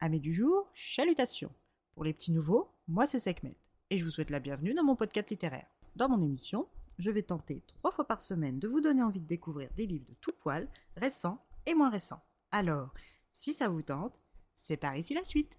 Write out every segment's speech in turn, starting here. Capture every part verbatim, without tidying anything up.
Amis du jour, chalutations. Pour les petits nouveaux, moi c'est Sekhmet, et je vous souhaite la bienvenue dans mon podcast littéraire. Dans mon émission, je vais tenter trois fois par semaine de vous donner envie de découvrir des livres de tout poil, récents et moins récents. Alors, si ça vous tente, c'est par ici la suite.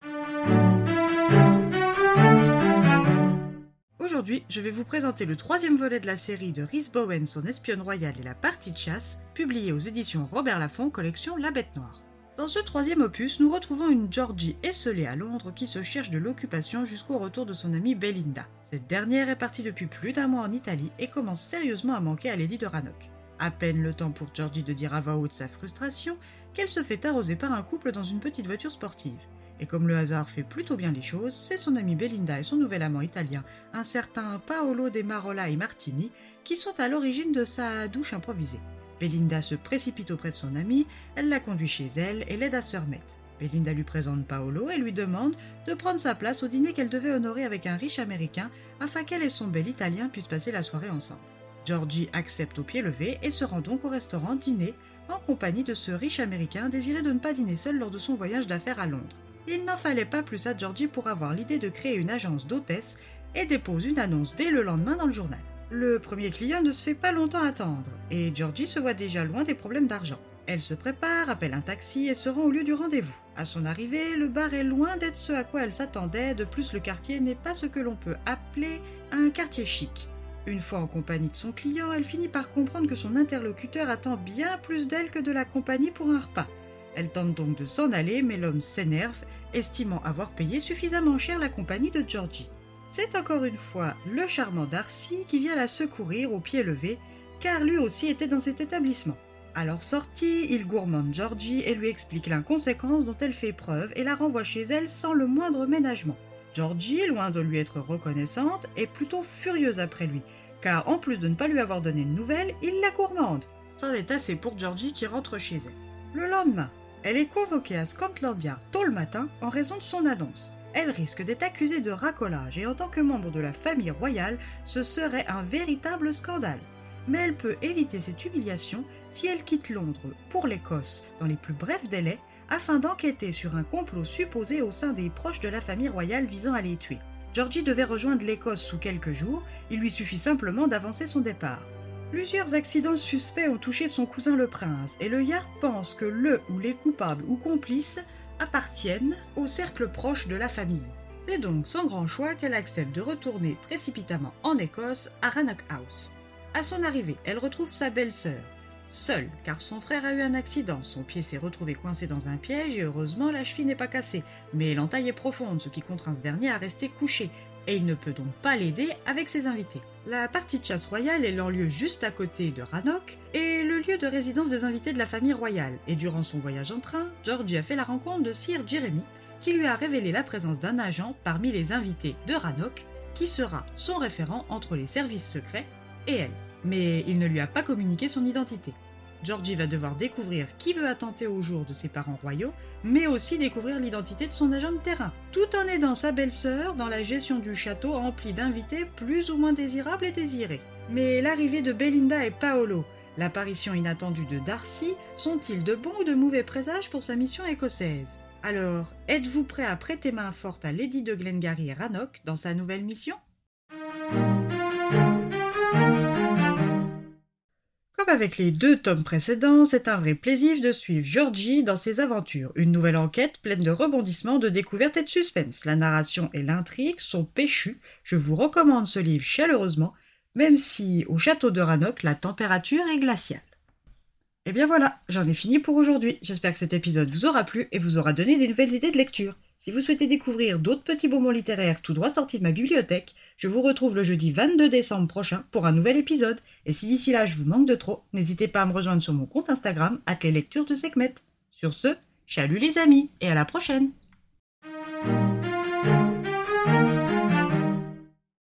Aujourd'hui, je vais vous présenter le troisième volet de la série de Rhys Bowen, son espionne royale et la partie de chasse, publiée aux éditions Robert Laffont, collection La Bête Noire. Dans ce troisième opus, nous retrouvons une Georgie esseulée à Londres qui se cherche de l'occupation jusqu'au retour de son amie Belinda. Cette dernière est partie depuis plus d'un mois en Italie et commence sérieusement à manquer à Lady de Rannoch. À peine le temps pour Georgie de dire à voix haute sa frustration qu'elle se fait arroser par un couple dans une petite voiture sportive. Et comme le hasard fait plutôt bien les choses, c'est son amie Belinda et son nouvel amant italien, un certain Paolo de Marola et Martini, qui sont à l'origine de sa douche improvisée. Belinda se précipite auprès de son amie, elle la conduit chez elle et l'aide à se remettre. Belinda lui présente Paolo et lui demande de prendre sa place au dîner qu'elle devait honorer avec un riche américain afin qu'elle et son bel italien puissent passer la soirée ensemble. Georgie accepte au pied levé et se rend donc au restaurant dîner en compagnie de ce riche américain désiré de ne pas dîner seul lors de son voyage d'affaires à Londres. Il n'en fallait pas plus à Georgie pour avoir l'idée de créer une agence d'hôtesse et dépose une annonce dès le lendemain dans le journal. Le premier client ne se fait pas longtemps attendre et Georgie se voit déjà loin des problèmes d'argent. Elle se prépare, appelle un taxi et se rend au lieu du rendez-vous. À son arrivée, le bar est loin d'être ce à quoi elle s'attendait, de plus le quartier n'est pas ce que l'on peut appeler un quartier chic. Une fois en compagnie de son client, elle finit par comprendre que son interlocuteur attend bien plus d'elle que de la compagnie pour un repas. Elle tente donc de s'en aller, mais l'homme s'énerve, estimant avoir payé suffisamment cher la compagnie de Georgie. C'est encore une fois le charmant Darcy qui vient la secourir au pied levé, car lui aussi était dans cet établissement. Alors sorti, il gourmande Georgie et lui explique l'inconséquence dont elle fait preuve et la renvoie chez elle sans le moindre ménagement. Georgie, loin de lui être reconnaissante, est plutôt furieuse après lui, car en plus de ne pas lui avoir donné de nouvelles, il la gourmande. C'en est assez pour Georgie qui rentre chez elle. Le lendemain, elle est convoquée à Scotland Yard tôt le matin en raison de son annonce. Elle risque d'être accusée de racolage et en tant que membre de la famille royale, ce serait un véritable scandale. Mais elle peut éviter cette humiliation si elle quitte Londres pour l'Écosse dans les plus brefs délais afin d'enquêter sur un complot supposé au sein des proches de la famille royale visant à les tuer. Georgie devait rejoindre l'Écosse sous quelques jours, il lui suffit simplement d'avancer son départ. Plusieurs accidents suspects ont touché son cousin le prince et le Yard pense que le ou les coupables ou complices appartiennent au cercle proche de la famille. C'est donc sans grand choix qu'elle accepte de retourner précipitamment en Écosse à Rannoch House. À son arrivée, elle retrouve sa belle-sœur, seule car son frère a eu un accident. Son pied s'est retrouvé coincé dans un piège et heureusement la cheville n'est pas cassée, mais l'entaille est profonde, ce qui contraint ce dernier à rester couché et il ne peut donc pas l'aider avec ses invités. La partie de chasse royale ayant lieu juste à côté de Rannoch est le lieu de résidence des invités de la famille royale et durant son voyage en train, Georgie a fait la rencontre de Sir Jeremy qui lui a révélé la présence d'un agent parmi les invités de Rannoch qui sera son référent entre les services secrets et elle. Mais il ne lui a pas communiqué son identité. Georgie va devoir découvrir qui veut attenter au jour de ses parents royaux, mais aussi découvrir l'identité de son agent de terrain, tout en aidant sa belle-sœur dans la gestion du château rempli d'invités plus ou moins désirables et désirés. Mais l'arrivée de Belinda et Paolo, l'apparition inattendue de Darcy, sont-ils de bons ou de mauvais présages pour sa mission écossaise? Alors, êtes-vous prêt à prêter main forte à Lady de Glengarry et Rannoch dans sa nouvelle mission? Comme avec les deux tomes précédents, c'est un vrai plaisir de suivre Georgie dans ses aventures. Une nouvelle enquête pleine de rebondissements, de découvertes et de suspense. La narration et l'intrigue sont péchues. Je vous recommande ce livre chaleureusement, même si au château de Rannoch, la température est glaciale. Et bien voilà, j'en ai fini pour aujourd'hui. J'espère que cet épisode vous aura plu et vous aura donné des nouvelles idées de lecture. Si vous souhaitez découvrir d'autres petits bonbons littéraires tout droit sortis de ma bibliothèque, je vous retrouve le jeudi vingt-deux décembre prochain pour un nouvel épisode. Et si d'ici là je vous manque de trop, n'hésitez pas à me rejoindre sur mon compte Instagram, arobase les lectures de Sekhmet. Sur ce, chalut les amis et à la prochaine!